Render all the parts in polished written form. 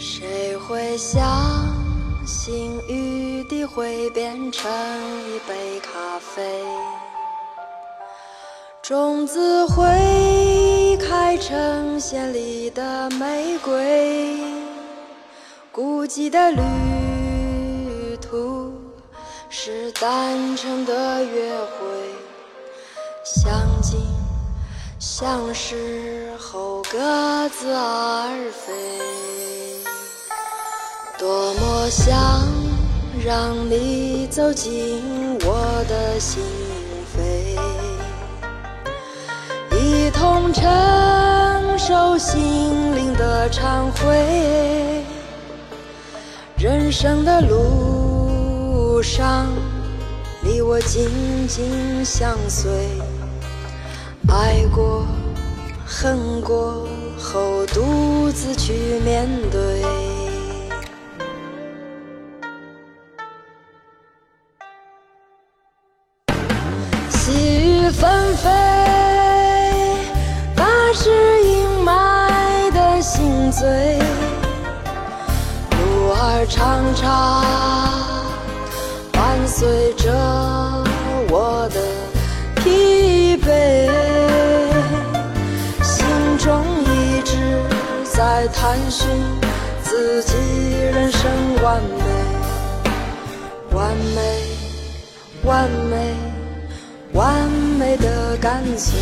谁会相信雨滴会变成一杯咖啡？种子会开成鲜丽的玫瑰，孤寂的旅途是单程的约会，相近相识后各自而飞。多么想让你走进我的心扉，一同承受心灵的忏悔。人生的路上，你我紧紧相随，爱过恨过后独自去面对。细雨纷飞，打湿阴霾的心醉，路儿长长伴随着我的疲惫，心中一直在探寻自己人生完美，完美，完美，完美的干脆。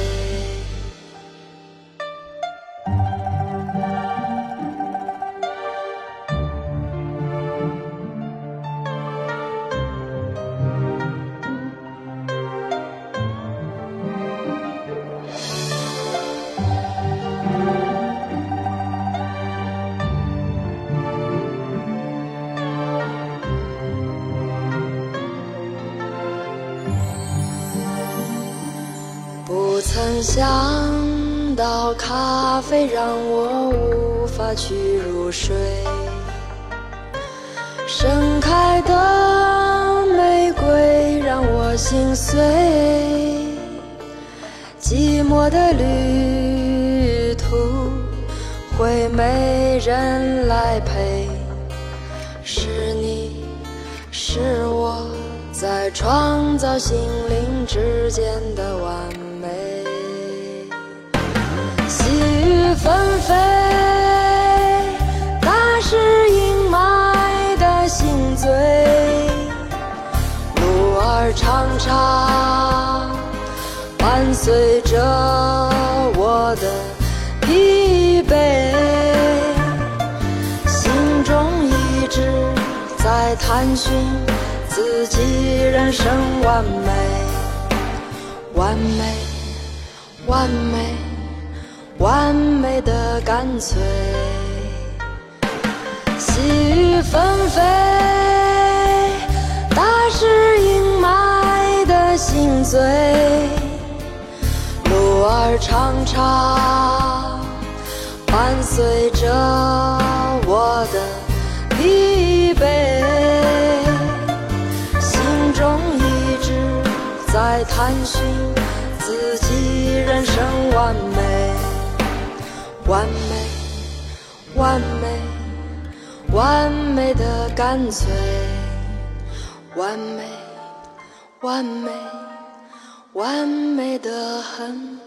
不曾想到咖啡让我无法去入睡，盛开的玫瑰让我心碎，寂寞的旅途会没人来陪，是你是我在创造心灵之间的完美。细雨纷飞，打湿阴霾的心醉，路儿长长伴随着我的疲惫，心中一直在探寻自己人生完美，完美，完美，完美的干脆。细雨纷飞，打湿阴霾的心醉，路儿长长伴随着我的疲惫，心中一直在探寻自己人生完美，完美，完美，完美的干脆，完美，完美，完美的很